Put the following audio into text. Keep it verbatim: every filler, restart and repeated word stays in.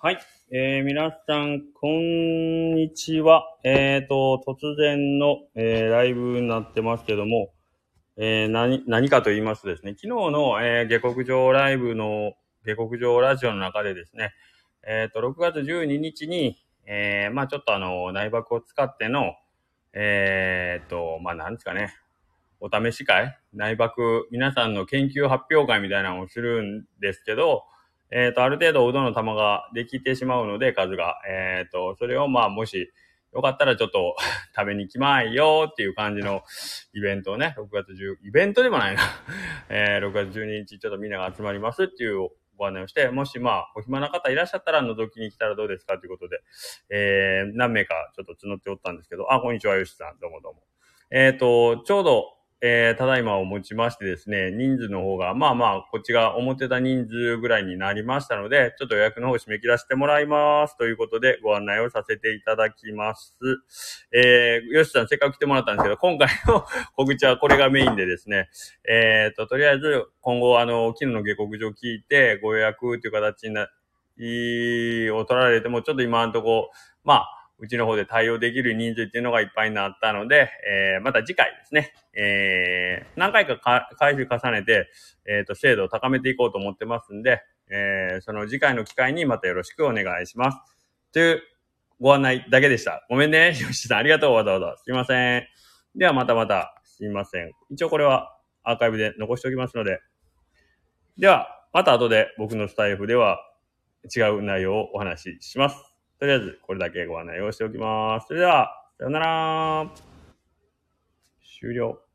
はい。えー、皆さん、こんにちは。えーと、突然の、えー、ライブになってますけども、えー、何、何かと言いますとですね、昨日の、えー、下克上ライブの、下克上ラジオの中でですね、えーと、ろくがつじゅうににちに、えー、まあちょっとあの、内爆を使っての、えーと、まあなんですかね、お試し会内爆、皆さんの研究発表会みたいなのをするんですけど、えっと、ある程度うどんの玉ができてしまうので、数が。えっと、それをまあ、もし、よかったらちょっと食べに来まいよっていう感じのイベントをね、ろくがつじゅう、イベントでもないな。えー、ろくがつじゅうににちちょっとみんなが集まりますっていうご案内をして、もしまあ、お暇な方いらっしゃったら覗きに来たらどうですかということで、えー、何名かちょっと募っておったんですけど、あ、こんにちは、よしさん、どうもどうも。えっと、ちょうど、えー、ただいまをもちましてですね、人数の方が、まあまあ、こっちが思ってた人数ぐらいになりましたので、ちょっと予約の方を締め切らせてもらいます。ということで、ご案内をさせていただきます。えー、よしさん、せっかく来てもらったんですけど、今回の告知はこれがメインでですね、えーと、とりあえず、今後、あの、昨日の下克上聞いて、ご予約という形にな、いを取られても、ちょっと今のところ、まあ、うちの方で対応できる人数っていうのがいっぱいになったので、えー、また次回ですね、えー、何回かか回数重ねて、えっと、精度を高めていこうと思ってますんで、えー、その次回の機会にまたよろしくお願いします。というご案内だけでした。ごめんね、よしさん。ありがとう、わざわざ。すいません。ではまたまた、すいません。一応これはアーカイブで残しておきますので。では、また後で僕のスタイフでは違う内容をお話しします。とりあえず、これだけご案内をしておきます。それでは、さようなら。終了。